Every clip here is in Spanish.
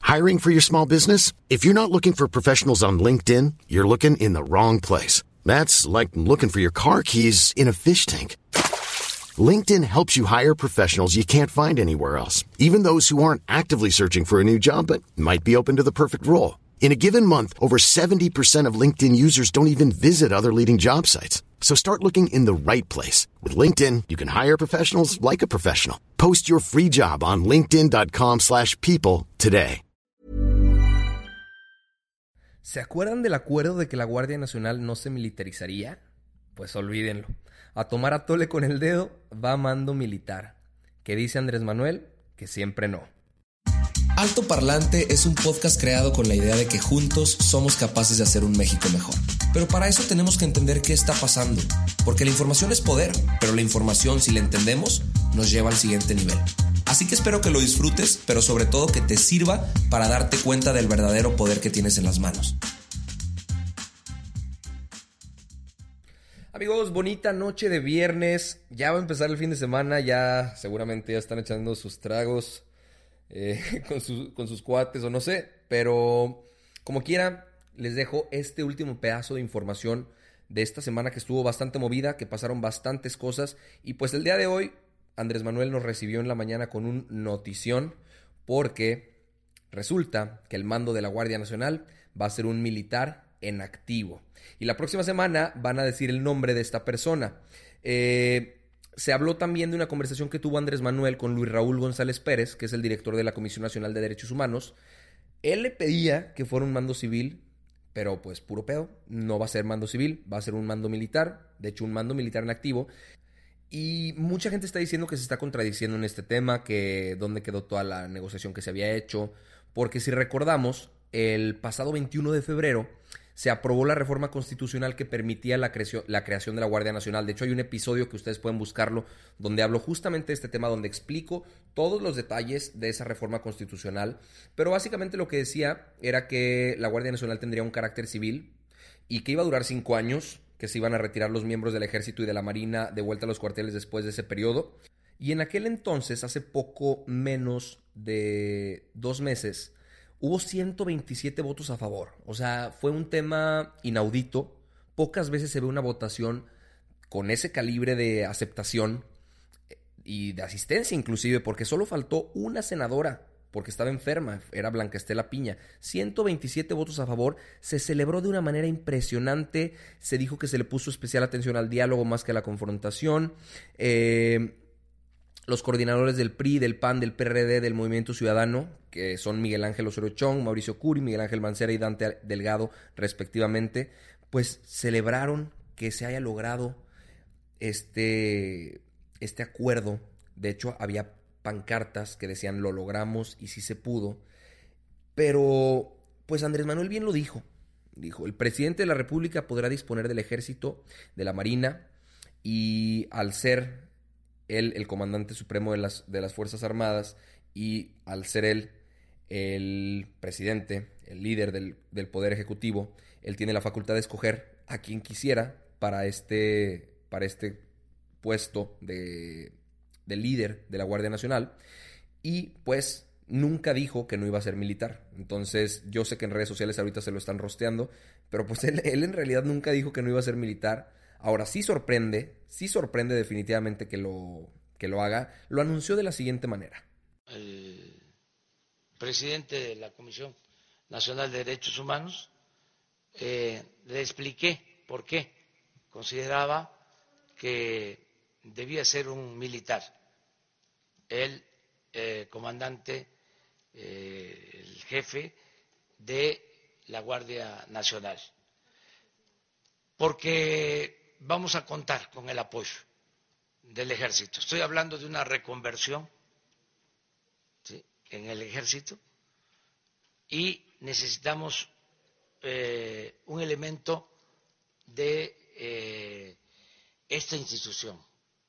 Hiring for your small business? If you're not looking for professionals on LinkedIn, you're looking in the wrong place. That's like looking for your car keys in a fish tank. LinkedIn helps you hire professionals you can't find anywhere else, even those who aren't actively searching for a new job but might be open to the perfect role. In a given month, over 70% of LinkedIn users don't even visit other leading job sites. So start looking in the right place. With LinkedIn, you can hire professionals like a professional. Post your free job on linkedin.com/people today. ¿Se acuerdan del acuerdo de que la Guardia Nacional no se militarizaría? Pues olvídenlo. A tomar atole con el dedo va mando militar. ¿Qué dice Andrés Manuel? Que siempre no. Alto Parlante es un podcast creado con la idea de que juntos somos capaces de hacer un México mejor. Pero para eso tenemos que entender qué está pasando. Porque la información es poder, pero la información, si la entendemos, nos lleva al siguiente nivel. Así que espero que lo disfrutes, pero sobre todo que te sirva para darte cuenta del verdadero poder que tienes en las manos. Amigos, bonita noche de viernes. Ya va a empezar el fin de semana. Ya seguramente ya están echando sus tragos con sus cuates o no sé. Pero como quiera, les dejo este último pedazo de información de esta semana que estuvo bastante movida, que pasaron bastantes cosas. Y pues el día de hoy Andrés Manuel nos recibió en la mañana con un notición porque resulta que el mando de la Guardia Nacional va a ser un militar en activo. Y la próxima semana van a decir el nombre de esta persona. Se habló también de una conversación que tuvo Andrés Manuel con Luis Raúl González Pérez, que es el director de la Comisión Nacional de Derechos Humanos. Él le pedía que fuera un mando civil, pero pues puro pedo. No va a ser mando civil, va a ser un mando militar. De hecho, un mando militar en activo. Y mucha gente está diciendo que se está contradiciendo en este tema, que dónde quedó toda la negociación que se había hecho, porque si recordamos, el pasado 21 de febrero se aprobó la reforma constitucional que permitía la creación de la Guardia Nacional. De hecho, hay un episodio que ustedes pueden buscarlo donde hablo justamente de este tema, donde explico todos los detalles de esa reforma constitucional, pero básicamente lo que decía era que la Guardia Nacional tendría un carácter civil y que iba a durar 5 años, que se iban a retirar los miembros del Ejército y de la Marina de vuelta a los cuarteles después de ese periodo. Y en aquel entonces, hace poco menos de 2 meses, hubo 127 votos a favor. O sea, fue un tema inaudito. Pocas veces se ve una votación con ese calibre de aceptación y de asistencia inclusive, porque solo faltó una senadora porque estaba enferma, era Blanca Estela Piña. 127 votos a favor, se celebró de una manera impresionante, se dijo que se le puso especial atención al diálogo más que a la confrontación. Los coordinadores del PRI, del PAN, del PRD, del Movimiento Ciudadano, que son Miguel Ángel Osorio Chong, Mauricio Curi, Miguel Ángel Mancera y Dante Delgado, respectivamente, pues celebraron que se haya logrado este acuerdo. De hecho, había pancartas que decían lo logramos y sí se pudo, pero pues Andrés Manuel bien lo dijo, el presidente de la República podrá disponer del Ejército, de la Marina, y al ser él el comandante supremo de las Fuerzas Armadas y al ser él el presidente, el líder del Poder Ejecutivo, él tiene la facultad de escoger a quien quisiera para este puesto de líder de la Guardia Nacional, y pues nunca dijo que no iba a ser militar. Entonces yo sé que en redes sociales ahorita se lo están rosteando, pero pues él en realidad nunca dijo que no iba a ser militar. Ahora sí sorprende definitivamente que lo haga. Lo anunció de la siguiente manera. El presidente de la Comisión Nacional de Derechos Humanos, le expliqué por qué consideraba que debía ser un militar. El comandante, el jefe de la Guardia Nacional, porque vamos a contar con el apoyo del Ejército. Estoy hablando de una reconversión, ¿sí?, en el Ejército, y necesitamos un elemento de esta institución,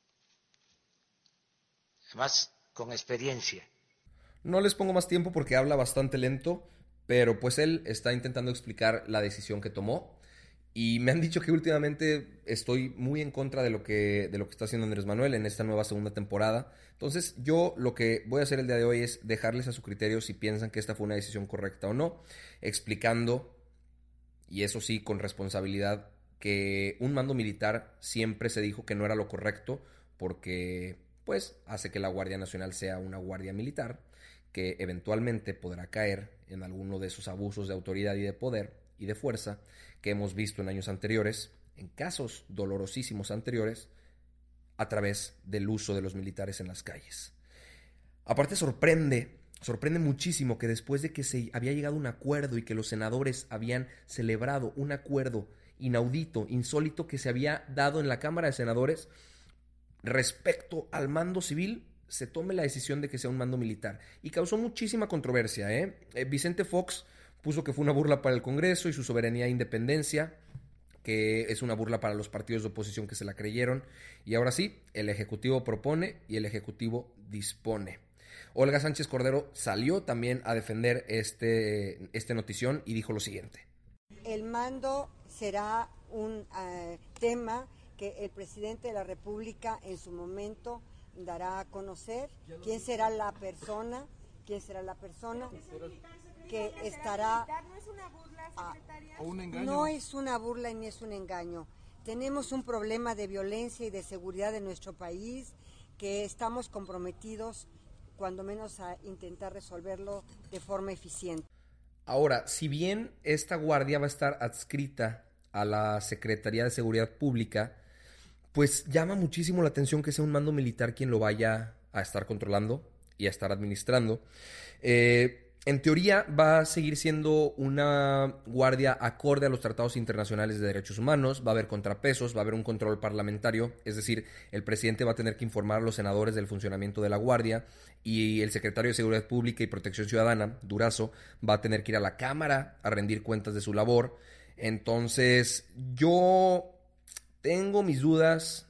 además con experiencia. No les pongo más tiempo porque habla bastante lento, pero pues él está intentando explicar la decisión que tomó Y me han dicho que últimamente estoy muy en contra de lo que está haciendo Andrés Manuel en esta nueva segunda temporada. Entonces yo lo que voy a hacer el día de hoy es dejarles a su criterio si piensan que esta fue una decisión correcta o no, explicando, y eso sí con responsabilidad, que un mando militar siempre se dijo que no era lo correcto porque pues hace que la Guardia Nacional sea una guardia militar que eventualmente podrá caer en alguno de esos abusos de autoridad y de poder y de fuerza que hemos visto en años anteriores, en casos dolorosísimos anteriores, a través del uso de los militares en las calles. Aparte sorprende muchísimo que después de que se había llegado a un acuerdo y que los senadores habían celebrado un acuerdo inaudito, insólito que se había dado en la Cámara de Senadores respecto al mando civil, se tome la decisión de que sea un mando militar. Y causó muchísima controversia, Vicente Fox puso que fue una burla para el Congreso y su soberanía e independencia, que es una burla para los partidos de oposición que se la creyeron. Y ahora sí, el Ejecutivo propone y el Ejecutivo dispone. Olga Sánchez Cordero salió también a defender este notición y dijo lo siguiente. El mando será un tema que el presidente de la República en su momento dará a conocer. ¿Quién será la persona que estará? ¿No es una burla, secretaria? ¿O un engaño? No es una burla ni es un engaño. Tenemos un problema de violencia y de seguridad en nuestro país que estamos comprometidos, cuando menos, a intentar resolverlo de forma eficiente. Ahora, si bien esta guardia va a estar adscrita a la Secretaría de Seguridad Pública, pues llama muchísimo la atención que sea un mando militar quien lo vaya a estar controlando y a estar administrando. En teoría va a seguir siendo una guardia acorde a los tratados internacionales de derechos humanos, va a haber contrapesos, va a haber un control parlamentario, es decir, el presidente va a tener que informar a los senadores del funcionamiento de la guardia y el secretario de Seguridad Pública y Protección Ciudadana, Durazo, va a tener que ir a la Cámara a rendir cuentas de su labor. Entonces, yo tengo mis dudas,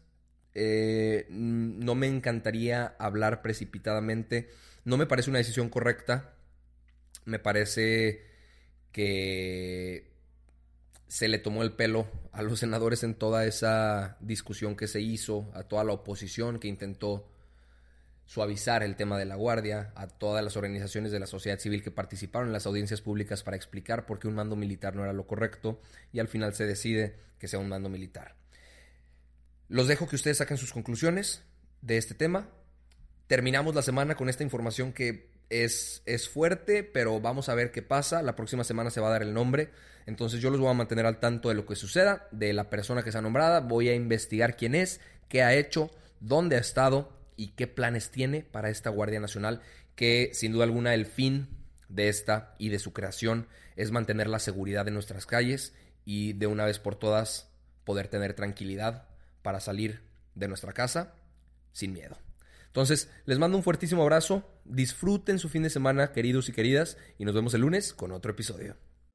no me encantaría hablar precipitadamente, no me parece una decisión correcta. Me parece que se le tomó el pelo a los senadores en toda esa discusión que se hizo, a toda la oposición que intentó suavizar el tema de la guardia, a todas las organizaciones de la sociedad civil que participaron en las audiencias públicas para explicar por qué un mando militar no era lo correcto, y al final se decide que sea un mando militar. Los dejo que ustedes saquen sus conclusiones de este tema. Terminamos la semana con esta información que es fuerte, pero vamos a ver qué pasa. La próxima semana se va a dar el nombre. Entonces yo los voy a mantener al tanto de lo que suceda, de la persona que sea nombrada. Voy a investigar quién es, qué ha hecho, dónde ha estado y qué planes tiene para esta Guardia Nacional, que sin duda alguna el fin de esta y de su creación es mantener la seguridad de nuestras calles y de una vez por todas poder tener tranquilidad para salir de nuestra casa sin miedo. Entonces, les mando un fuertísimo abrazo, disfruten su fin de semana, queridos y queridas, y nos vemos el lunes con otro episodio.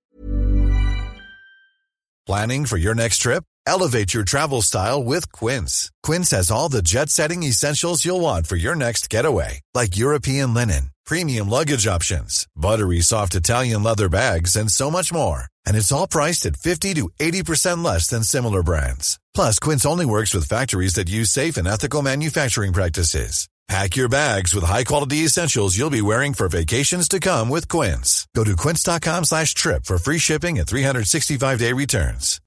Planning for your next trip? Elevate your travel style with Quince. Quince has all the jet-setting essentials you'll want for your next getaway, like European linen, premium luggage options, buttery soft Italian leather bags, and so much more. And it's all priced at 50 to 80% less than similar brands. Plus, Quince only works with factories that use safe and ethical manufacturing practices. Pack your bags with high-quality essentials you'll be wearing for vacations to come with Quince. Go to quince.com/trip for free shipping and 365-day returns.